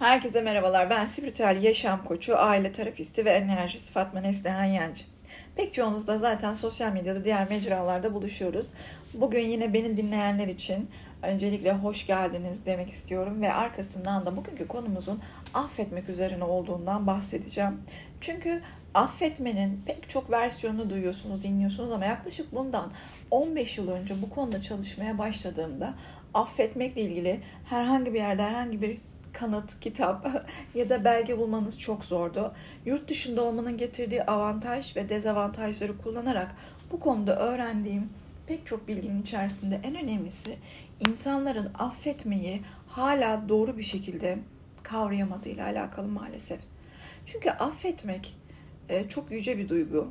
Herkese merhabalar. Ben spiritüel yaşam koçu, aile terapisti ve enerjist Fatma Neslihan Yancı. Pek çoğunuz da zaten sosyal medyada, diğer mecralarda buluşuyoruz. Bugün yine beni dinleyenler için öncelikle hoş geldiniz demek istiyorum ve arkasından da bugünkü konumuzun affetmek üzerine olduğundan bahsedeceğim. Çünkü affetmenin pek çok versiyonunu duyuyorsunuz, dinliyorsunuz ama yaklaşık bundan 15 yıl önce bu konuda çalışmaya başladığımda affetmekle ilgili herhangi bir yerde herhangi bir kanıt, kitap ya da belge bulmanız çok zordu. Yurt dışında olmanın getirdiği avantaj ve dezavantajları kullanarak bu konuda öğrendiğim pek çok bilginin içerisinde en önemlisi insanların affetmeyi hala doğru bir şekilde kavrayamadığıyla alakalı maalesef. Çünkü affetmek çok yüce bir duygu.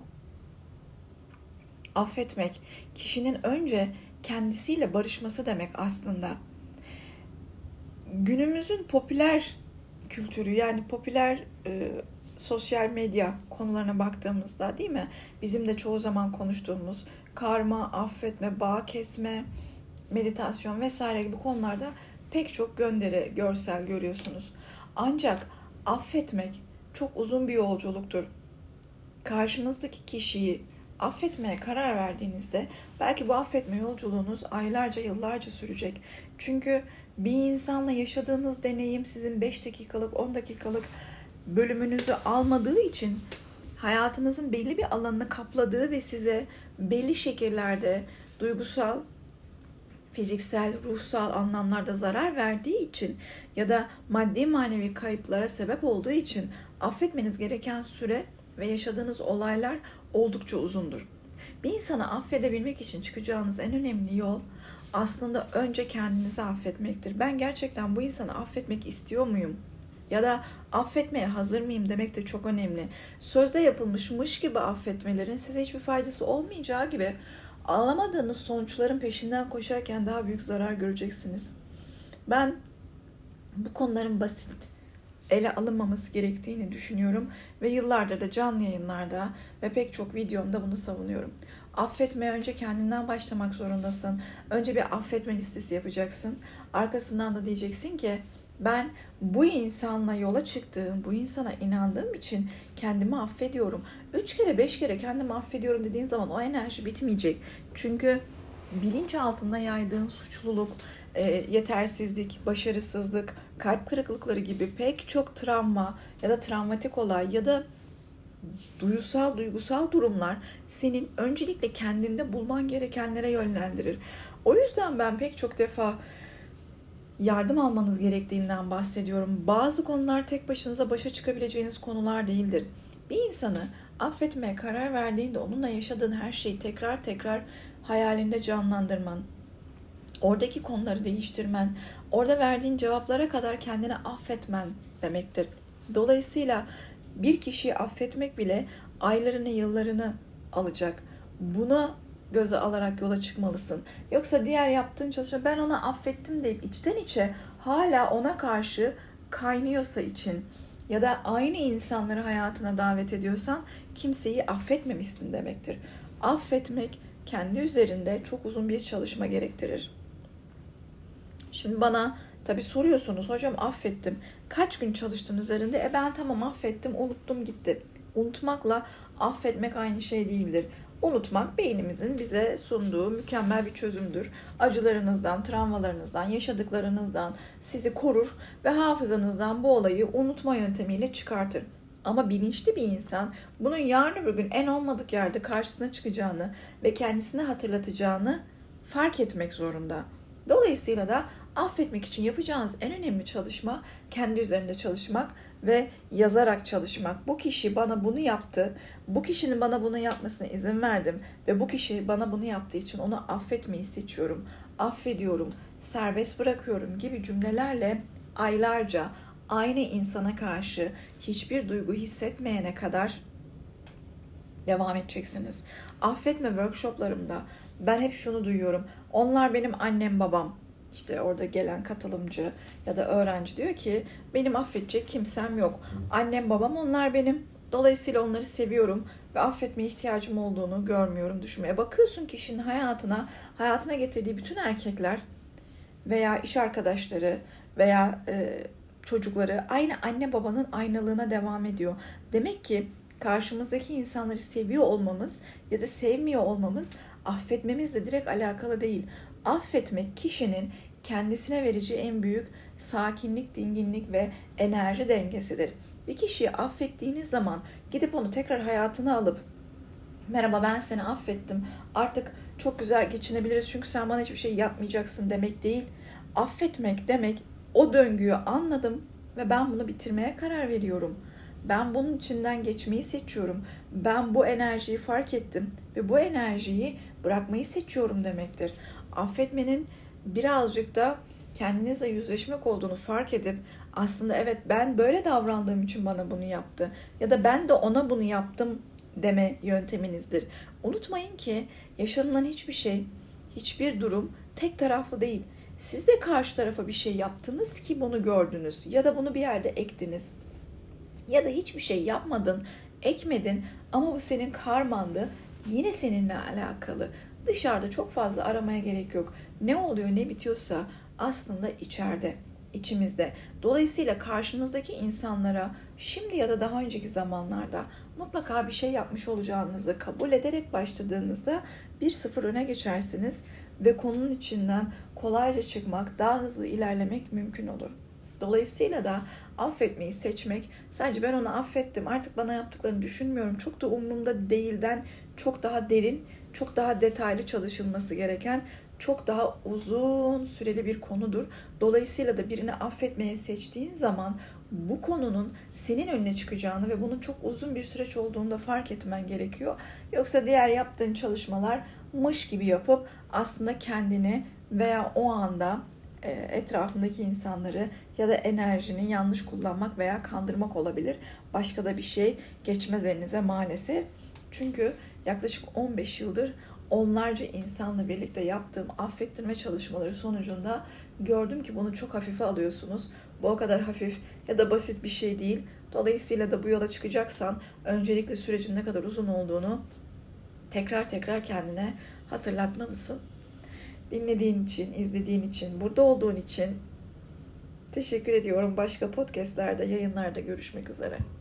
Affetmek kişinin önce kendisiyle barışması demek aslında. Günümüzün popüler kültürü, yani popüler sosyal medya konularına baktığımızda, değil mi? Bizim de çoğu zaman konuştuğumuz karma, affetme, bağ kesme, meditasyon vesaire gibi konularda pek çok gönderi, görsel görüyorsunuz. Ancak affetmek çok uzun bir yolculuktur. Karşınızdaki kişiyi affetmeye karar verdiğinizde belki bu affetme yolculuğunuz aylarca, yıllarca sürecek. Çünkü bir insanla yaşadığınız deneyim sizin 5 dakikalık, 10 dakikalık bölümünüzü almadığı için hayatınızın belli bir alanını kapladığı ve size belli şekillerde duygusal, fiziksel, ruhsal anlamlarda zarar verdiği için ya da maddi manevi kayıplara sebep olduğu için affetmeniz gereken süre ve yaşadığınız olaylar oldukça uzundur. Bir insanı affedebilmek için çıkacağınız en önemli yol aslında önce kendinizi affetmektir. Ben gerçekten bu insanı affetmek istiyor muyum? Ya da affetmeye hazır mıyım demek de çok önemli. Sözde yapılmışmış gibi affetmelerin size hiçbir faydası olmayacağı gibi alamadığınız sonuçların peşinden koşarken daha büyük zarar göreceksiniz. Ben bu konuların basit ele alınmaması gerektiğini düşünüyorum ve yıllardır da canlı yayınlarda ve pek çok videomda bunu savunuyorum. Affetmeye önce kendinden başlamak zorundasın. Önce bir affetme listesi yapacaksın. Arkasından da diyeceksin ki ben bu insanla yola çıktığım, bu insana inandığım için kendimi affediyorum. 3 kere 5 kere kendimi affediyorum dediğin zaman o enerji bitmeyecek. Çünkü bilinç altında yaydığın suçluluk, yetersizlik, başarısızlık, kalp kırıklıkları gibi pek çok travma ya da travmatik olay ya da duygusal durumlar senin öncelikle kendinde bulman gerekenlere yönlendirir. O yüzden ben pek çok defa yardım almanız gerektiğinden bahsediyorum. Bazı konular tek başınıza başa çıkabileceğiniz konular değildir. Bir insanı affetmeye karar verdiğinde onunla yaşadığın her şeyi tekrar tekrar hayalinde canlandırman, oradaki konuları değiştirmen, orada verdiğin cevaplara kadar kendini affetmen demektir. Dolayısıyla bir kişiyi affetmek bile aylarını, yıllarını alacak. Buna göze alarak yola çıkmalısın. Yoksa diğer yaptığın çalışma ben ona affettim deyip içten içe hala ona karşı kaynıyorsa için ya da aynı insanları hayatına davet ediyorsan kimseyi affetmemişsin demektir. Affetmek kendi üzerinde çok uzun bir çalışma gerektirir. Şimdi bana tabii soruyorsunuz, hocam affettim. Kaç gün çalıştın üzerinde? Ben tamam affettim, unuttum gitti. Unutmakla affetmek aynı şey değildir. Unutmak beynimizin bize sunduğu mükemmel bir çözümdür. Acılarınızdan, travmalarınızdan, yaşadıklarınızdan sizi korur ve hafızanızdan bu olayı unutma yöntemiyle çıkartır. Ama bilinçli bir insan bunun yarın öbür gün en olmadık yerde karşısına çıkacağını ve kendisine hatırlatacağını fark etmek zorunda. Dolayısıyla da affetmek için yapacağınız en önemli çalışma kendi üzerinde çalışmak ve yazarak çalışmak. Bu kişi bana bunu yaptı, bu kişinin bana bunu yapmasına izin verdim ve bu kişi bana bunu yaptığı için onu affetmeyi seçiyorum, affediyorum, serbest bırakıyorum gibi cümlelerle aylarca aynı insana karşı hiçbir duygu hissetmeyene kadar devam edeceksiniz. Affetme workshoplarımda ben hep şunu duyuyorum. Onlar benim annem babam. İşte orada gelen katılımcı ya da öğrenci diyor ki benim affedecek kimsem yok. Annem babam onlar benim. Dolayısıyla onları seviyorum ve affetmeye ihtiyacım olduğunu görmüyorum, düşünmeye. Bakıyorsun kişinin hayatına getirdiği bütün erkekler veya iş arkadaşları veya çocukları aynı anne babanın aynalığına devam ediyor. Demek ki karşımızdaki insanları seviyor olmamız ya da sevmiyor olmamız affetmemizle direkt alakalı değil. Affetmek kişinin kendisine vereceği en büyük sakinlik, dinginlik ve enerji dengesidir. Bir kişiyi affettiğiniz zaman gidip onu tekrar hayatına alıp merhaba ben seni affettim artık çok güzel geçinebiliriz çünkü sen bana hiçbir şey yapmayacaksın demek değil. Affetmek demek o döngüyü anladım ve ben bunu bitirmeye karar veriyorum. Ben bunun içinden geçmeyi seçiyorum. Ben bu enerjiyi fark ettim ve bu enerjiyi bırakmayı seçiyorum demektir. Affetmenin birazcık da kendinizle yüzleşmek olduğunu fark edip aslında evet ben böyle davrandığım için bana bunu yaptı ya da ben de ona bunu yaptım deme yönteminizdir. Unutmayın ki yaşanılan hiçbir şey, hiçbir durum tek taraflı değil. Siz de karşı tarafa bir şey yaptınız ki bunu gördünüz ya da bunu bir yerde ektiniz. Ya da hiçbir şey yapmadın, ekmedin ama bu senin karmandı. Yine seninle alakalı. Dışarıda çok fazla aramaya gerek yok. Ne oluyor, ne bitiyorsa aslında içeride, içimizde. Dolayısıyla karşınızdaki insanlara şimdi ya da daha önceki zamanlarda mutlaka bir şey yapmış olacağınızı kabul ederek başladığınızda 1-0 öne geçersiniz ve konunun içinden kolayca çıkmak, daha hızlı ilerlemek mümkün olur. Dolayısıyla da affetmeyi seçmek, sadece ben onu affettim, artık bana yaptıklarını düşünmüyorum, çok da umurumda değilden çok daha derin, çok daha detaylı çalışılması gereken, çok daha uzun süreli bir konudur. Dolayısıyla da birini affetmeye seçtiğin zaman bu konunun senin önüne çıkacağını ve bunun çok uzun bir süreç olduğunu da fark etmen gerekiyor. Yoksa diğer yaptığın çalışmalar mış gibi yapıp aslında kendini veya o anda etrafındaki insanları ya da enerjini yanlış kullanmak veya kandırmak olabilir. Başka da bir şey geçmez elinize maalesef. Çünkü yaklaşık 15 yıldır onlarca insanla birlikte yaptığım affettirme çalışmaları sonucunda gördüm ki bunu çok hafife alıyorsunuz. Bu o kadar hafif ya da basit bir şey değil. Dolayısıyla da bu yola çıkacaksan öncelikle sürecin ne kadar uzun olduğunu tekrar kendine hatırlatmalısın. Dinlediğin için, izlediğin için, burada olduğun için teşekkür ediyorum. Başka podcastlerde, yayınlarda görüşmek üzere.